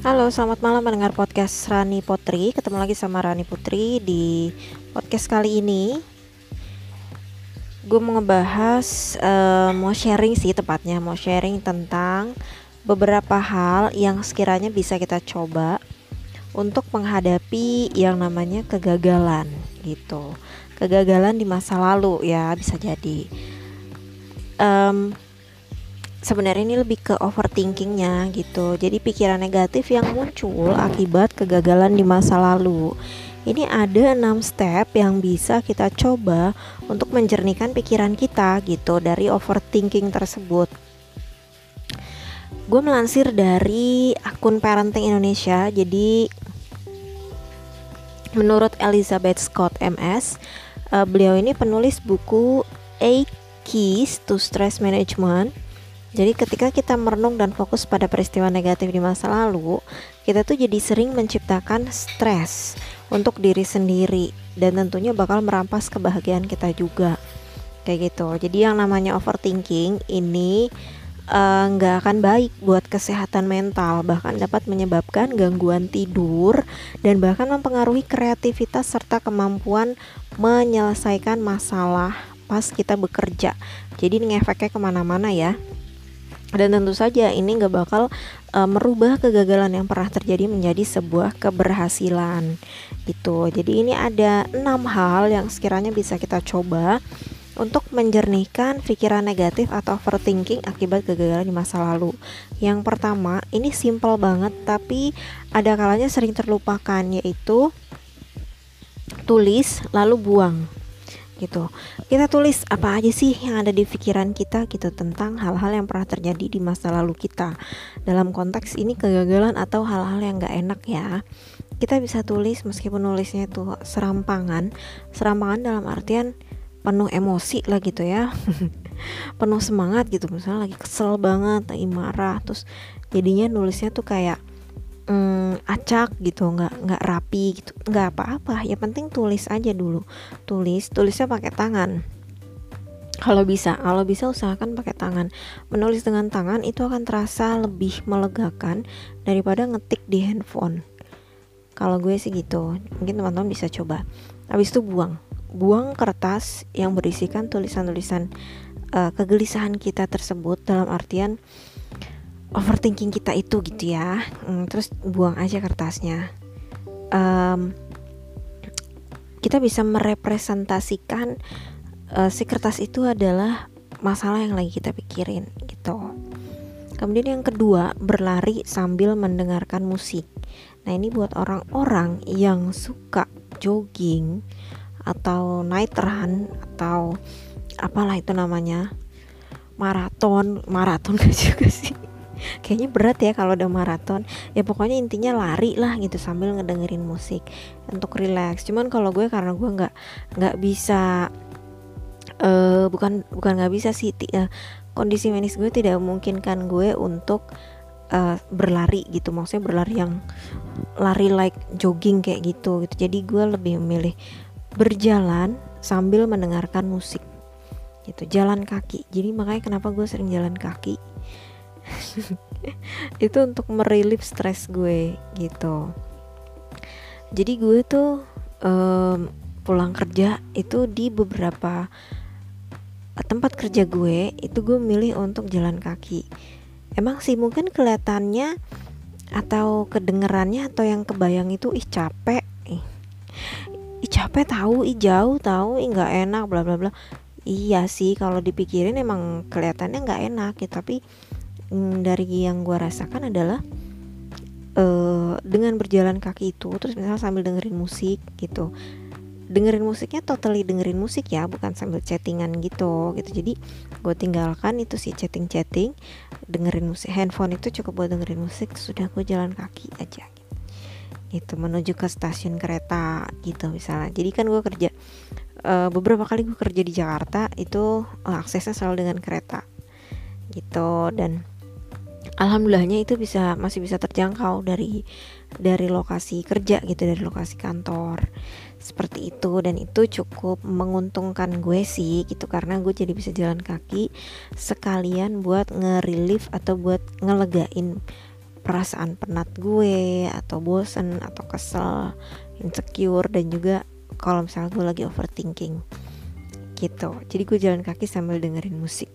Halo, selamat malam mendengar podcast Rani Putri. Ketemu lagi sama Rani Putri di podcast kali ini. Gue mau ngebahas, mau sharing sih tepatnya, mau sharing tentang beberapa hal yang sekiranya bisa kita coba untuk menghadapi yang namanya kegagalan gitu. Kegagalan di masa lalu ya bisa jadi. Sebenarnya ini lebih ke overthinkingnya gitu. Jadi pikiran negatif yang muncul akibat kegagalan di masa lalu. Ini ada 6 step yang bisa kita coba untuk menjernihkan pikiran kita gitu dari overthinking tersebut. Gue melansir dari akun Parenting Indonesia. Jadi menurut Elizabeth Scott MS, beliau ini penulis buku 8 Keys to Stress Management. Jadi ketika kita merenung dan fokus pada peristiwa negatif di masa lalu, kita tuh jadi sering menciptakan stres untuk diri sendiri dan tentunya bakal merampas kebahagiaan kita juga. Kayak gitu. Jadi yang namanya overthinking ini nggak akan baik buat kesehatan mental, bahkan dapat menyebabkan gangguan tidur dan bahkan mempengaruhi kreativitas serta kemampuan menyelesaikan masalah pas kita bekerja. Jadi ngefeknya kemana-mana ya. Dan tentu saja ini gak bakal merubah kegagalan yang pernah terjadi menjadi sebuah keberhasilan gitu. Jadi ini ada 6 hal yang sekiranya bisa kita coba untuk menjernihkan pikiran negatif atau overthinking akibat kegagalan di masa lalu. Yang pertama, ini simple banget tapi ada kalanya sering terlupakan, yaitu tulis lalu buang gitu. Kita tulis apa aja sih yang ada di pikiran kita gitu tentang hal-hal yang pernah terjadi di masa lalu kita. Dalam konteks ini kegagalan atau hal-hal yang gak enak ya. Kita bisa tulis meskipun nulisnya itu serampangan dalam artian penuh emosi lah gitu ya. Penuh semangat gitu, misalnya lagi kesel banget, lagi marah, terus jadinya nulisnya tuh kayak acak gitu, nggak rapi gitu, nggak apa-apa, ya penting tulis aja dulu. Tulisnya pakai tangan kalau bisa usahakan pakai tangan. Menulis dengan tangan itu akan terasa lebih melegakan daripada ngetik di handphone. Kalau gue sih gitu, mungkin teman-teman bisa coba. Habis itu buang kertas yang berisikan tulisan-tulisan kegelisahan kita tersebut, dalam artian overthinking kita itu gitu ya. Terus buang aja kertasnya. Kita bisa merepresentasikan si kertas itu adalah masalah yang lagi kita pikirin gitu. Kemudian yang kedua, berlari sambil mendengarkan musik. Nah ini buat orang-orang yang suka jogging atau night run atau apalah itu namanya, maraton gak juga sih, kayaknya berat ya kalau udah maraton. Ya pokoknya intinya lari lah gitu sambil ngedengerin musik untuk relax. Cuman kalau gue, karena gue nggak bisa, bukan nggak bisa sih, kondisi medis gue tidak memungkinkan gue untuk berlari gitu. Maksudnya berlari yang lari like jogging kayak gitu. Jadi gue lebih memilih berjalan sambil mendengarkan musik gitu, jalan kaki. Jadi makanya kenapa gue sering jalan kaki itu untuk merelief stres gue gitu. Jadi gue tuh pulang kerja itu di beberapa tempat kerja gue itu gue milih untuk jalan kaki. Emang sih mungkin kelihatannya atau kedengerannya atau yang kebayang itu capek, tahu, jauh tahu, nggak enak bla bla bla. Iya sih kalau dipikirin emang kelihatannya nggak enak ya, tapi dari yang gue rasakan adalah dengan berjalan kaki itu, terus misalnya sambil dengerin musik gitu. Dengerin musiknya totally dengerin musik ya, bukan sambil chattingan gitu. Jadi gue tinggalkan itu sih chatting, dengerin musik. Handphone itu cukup buat dengerin musik, sudah gue jalan kaki aja gitu, menuju ke stasiun kereta gitu misalnya. Jadi kan gue kerja beberapa kali gue kerja di Jakarta itu aksesnya selalu dengan kereta gitu, dan alhamdulillahnya itu masih bisa terjangkau dari lokasi kerja gitu, dari lokasi kantor seperti itu. Dan itu cukup menguntungkan gue sih gitu, karena gue jadi bisa jalan kaki sekalian buat nge-relief atau buat ngelegain perasaan penat gue atau bosen atau kesel, insecure, dan juga kalau misalnya gue lagi overthinking gitu. Jadi gue jalan kaki sambil dengerin musik.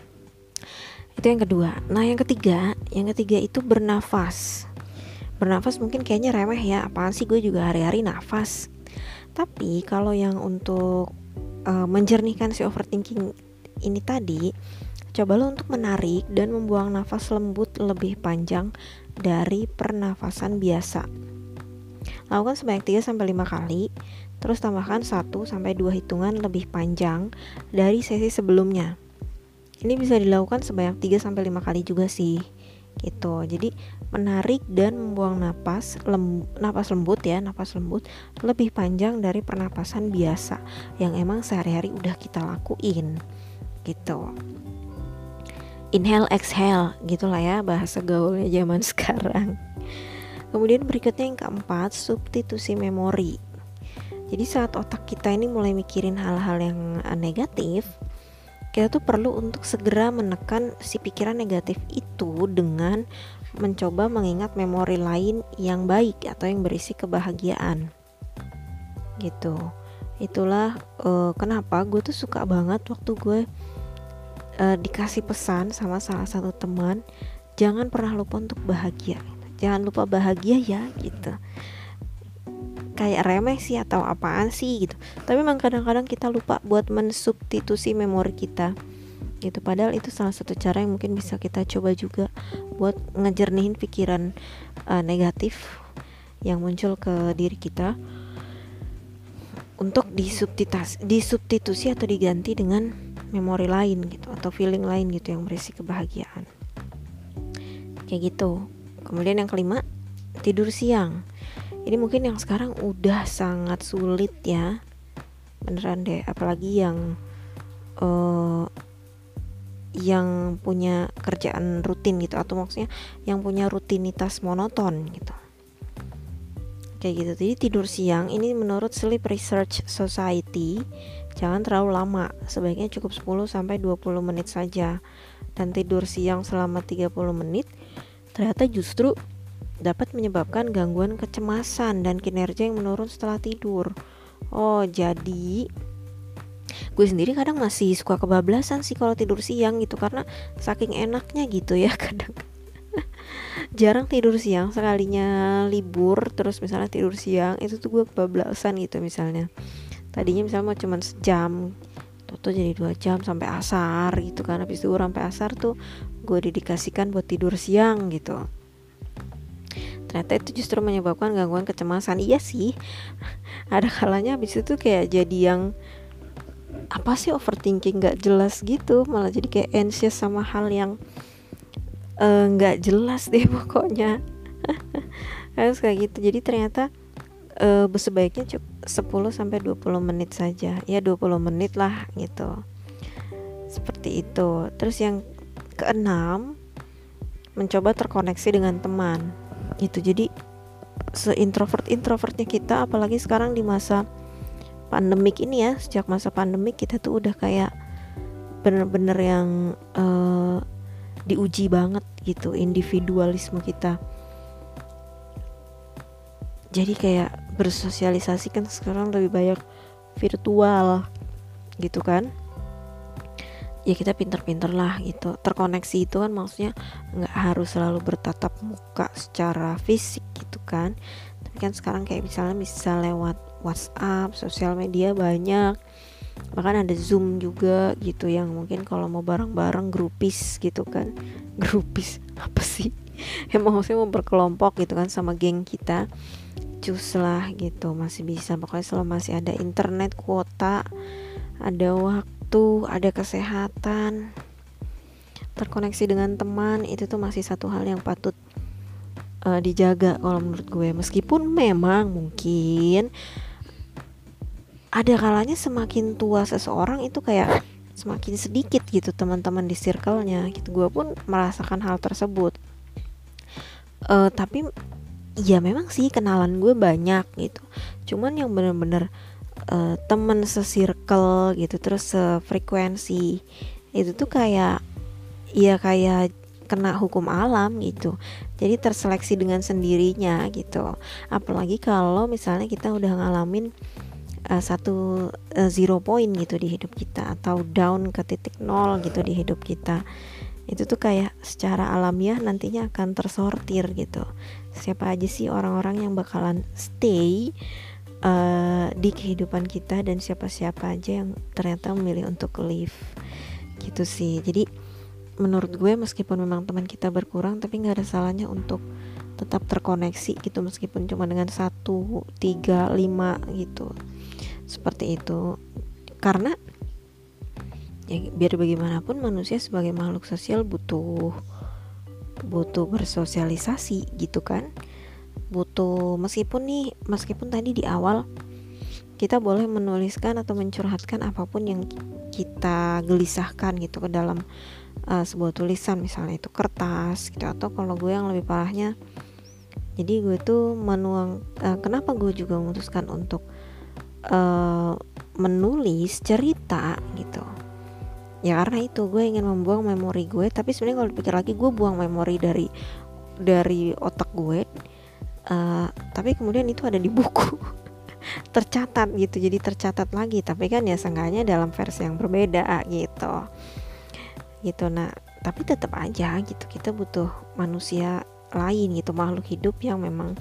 Itu yang kedua. Nah yang ketiga itu bernafas. Bernafas mungkin kayaknya remeh ya, apaan sih gue juga hari-hari nafas. Tapi kalau yang untuk menjernihkan si overthinking ini tadi, cobalah untuk menarik dan membuang nafas lembut lebih panjang dari pernafasan biasa. Lakukan sebanyak 3-5 kali, terus tambahkan 1-2 hitungan lebih panjang dari sesi sebelumnya. Ini bisa dilakukan sebanyak 3-5 kali juga sih gitu. Jadi menarik dan membuang napas lembut lebih panjang dari pernapasan biasa yang emang sehari-hari udah kita lakuin gitu. Inhale exhale gitulah ya bahasa gaulnya zaman sekarang. Kemudian berikutnya yang keempat, substitusi memori. Jadi saat otak kita ini mulai mikirin hal-hal yang negatif, kita tuh perlu untuk segera menekan si pikiran negatif itu dengan mencoba mengingat memori lain yang baik atau yang berisi kebahagiaan gitu. Itulah kenapa gue tuh suka banget waktu gue dikasih pesan sama salah satu teman, jangan pernah lupa untuk bahagia, jangan lupa bahagia ya gitu. Kayak remeh sih atau apaan sih gitu, tapi memang kadang-kadang kita lupa buat mensubstitusi memori kita gitu. Padahal itu salah satu cara yang mungkin bisa kita coba juga buat ngejernihin pikiran negatif yang muncul ke diri kita, untuk disubstitusi atau diganti dengan memori lain gitu atau feeling lain gitu yang berisi kebahagiaan kayak gitu. Kemudian yang kelima, tidur siang. Ini mungkin yang sekarang udah sangat sulit ya, beneran deh, apalagi yang punya kerjaan rutin gitu, atau maksudnya yang punya rutinitas monoton gitu kayak gitu. Jadi tidur siang ini menurut Sleep Research Society jangan terlalu lama, sebaiknya cukup 10-20 menit saja. Dan tidur siang selama 30 menit ternyata justru dapat menyebabkan gangguan kecemasan dan kinerja yang menurun setelah tidur. Oh, jadi gue sendiri kadang masih suka kebablasan sih kalau tidur siang gitu, karena saking enaknya gitu ya kadang. Jarang tidur siang, sekalinya libur terus misalnya tidur siang itu tuh gue kebablasan gitu. Misalnya tadinya misalnya mau cuman sejam, tuh jadi 2 jam sampai asar gitu kan. Habis itu sampai asar tuh gue dedikasikan buat tidur siang gitu. Ternyata itu justru menyebabkan gangguan kecemasan. Iya sih, ada kalanya habis itu kayak jadi yang apa sih, overthinking gak jelas gitu, malah jadi kayak anxious sama hal yang gak jelas deh pokoknya. Harus kayak gitu. Jadi ternyata sebaiknya 10-20 menit saja, ya 20 menit lah gitu, seperti itu. Terus yang keenam, mencoba terkoneksi dengan teman gitu. Jadi introvertnya kita, apalagi sekarang di masa pandemik ini ya, sejak masa pandemik kita tuh udah kayak bener-bener yang diuji banget gitu individualisme kita. Jadi kayak bersosialisasi kan sekarang lebih banyak virtual gitu kan. Ya kita pinter-pinter lah gitu. Terkoneksi itu kan maksudnya gak harus selalu bertatap muka secara fisik gitu kan. Tapi kan sekarang kayak misalnya bisa lewat WhatsApp, sosial media banyak. Bahkan ada Zoom juga gitu, yang mungkin kalau mau bareng-bareng grupis gitu kan. Grupis apa sih? Emang maksudnya mau berkelompok gitu kan sama geng kita. Cus lah gitu, masih bisa. Pokoknya selama masih ada internet, kuota, ada waktu, ada kesehatan, terkoneksi dengan teman, itu tuh masih satu hal yang patut dijaga kalau menurut gue. Meskipun memang mungkin ada kalanya semakin tua seseorang itu kayak semakin sedikit gitu teman-teman di circle-nya gitu. Gue pun merasakan hal tersebut. Tapi ya memang sih kenalan gue banyak gitu. Cuman yang benar-benar teman se-circle gitu, terus sefrekuensi, itu tuh kayak kena hukum alam gitu. Jadi terseleksi dengan sendirinya gitu. Apalagi kalau misalnya kita udah ngalamin satu zero point gitu di hidup kita, atau down ke titik nol gitu di hidup kita. Itu tuh kayak secara alamiah nantinya akan tersortir gitu. Siapa aja sih orang-orang yang bakalan stay di kehidupan kita, dan siapa-siapa aja yang ternyata memilih untuk leave gitu sih. Jadi menurut gue meskipun memang teman kita berkurang, tapi nggak ada salahnya untuk tetap terkoneksi gitu, meskipun cuma dengan 1, 3, 5 gitu, seperti itu. Karena ya biar bagaimanapun manusia sebagai makhluk sosial butuh bersosialisasi gitu kan, butuh meskipun tadi di awal kita boleh menuliskan atau mencurhatkan apapun yang kita gelisahkan gitu ke dalam sebuah tulisan, misalnya itu kertas gitu. Atau kalau gue yang lebih parahnya, jadi gue tuh kenapa gue juga memutuskan untuk menulis cerita gitu ya, karena itu gue ingin membuang memori gue. Tapi sebenarnya kalau dipikir lagi, gue buang memori dari otak gue, tapi kemudian itu ada di buku tercatat gitu, jadi tercatat lagi, tapi kan ya seenggaknya dalam versi yang berbeda gitu. Nah tapi tetap aja gitu, kita butuh manusia lain gitu, makhluk hidup yang memang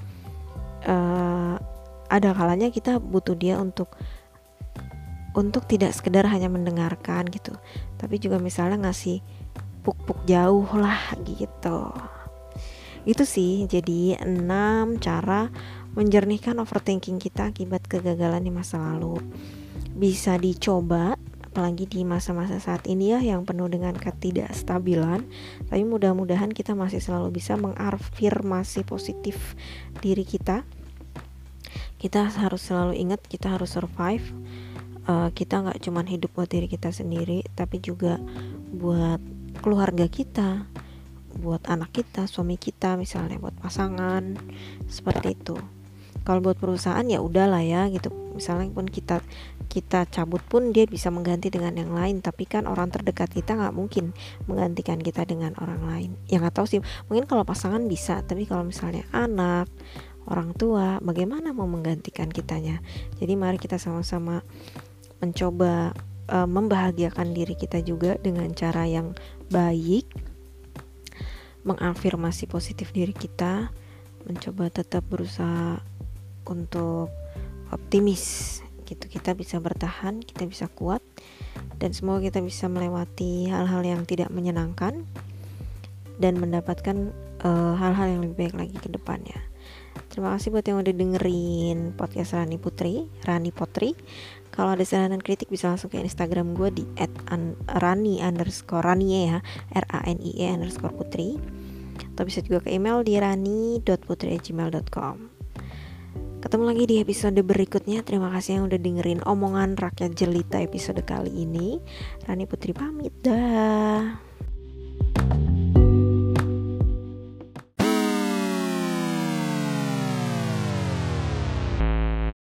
ada kalanya kita butuh dia untuk tidak sekedar hanya mendengarkan gitu, tapi juga misalnya ngasih puk-puk jauh lah gitu. Itu sih jadi 6 cara menjernihkan overthinking kita akibat kegagalan di masa lalu. Bisa dicoba apalagi di masa-masa saat ini ya, yang penuh dengan ketidakstabilan. Tapi mudah-mudahan kita masih selalu bisa mengafirmasi positif diri kita. Kita harus selalu ingat kita harus survive. Kita gak cuma hidup buat diri kita sendiri, tapi juga buat keluarga kita, buat anak kita, suami kita, misalnya buat pasangan, seperti itu. Kalau buat perusahaan ya udahlah ya gitu, misalnya pun kita cabut pun dia bisa mengganti dengan yang lain, tapi kan orang terdekat kita nggak mungkin menggantikan kita dengan orang lain. Yang nggak tahu sih, mungkin kalau pasangan bisa, tapi kalau misalnya anak, orang tua, bagaimana mau menggantikan kitanya? Jadi mari kita sama-sama mencoba membahagiakan diri kita juga dengan cara yang baik, mengafirmasi positif diri kita, mencoba tetap berusaha untuk optimis gitu. Kita bisa bertahan, kita bisa kuat, dan semoga kita bisa melewati hal-hal yang tidak menyenangkan dan mendapatkan hal-hal yang lebih baik lagi ke depannya. Terima kasih buat yang udah dengerin podcast Rani Potri. Kalau ada saran dan kritik bisa langsung ke Instagram gue di @rani_ranie ya, RANIE_putri, atau bisa juga ke email di rani.putri@gmail.com. Ketemu lagi di episode berikutnya. Terima kasih yang udah dengerin omongan rakyat jelita episode kali ini. Rani Putri pamit, dah.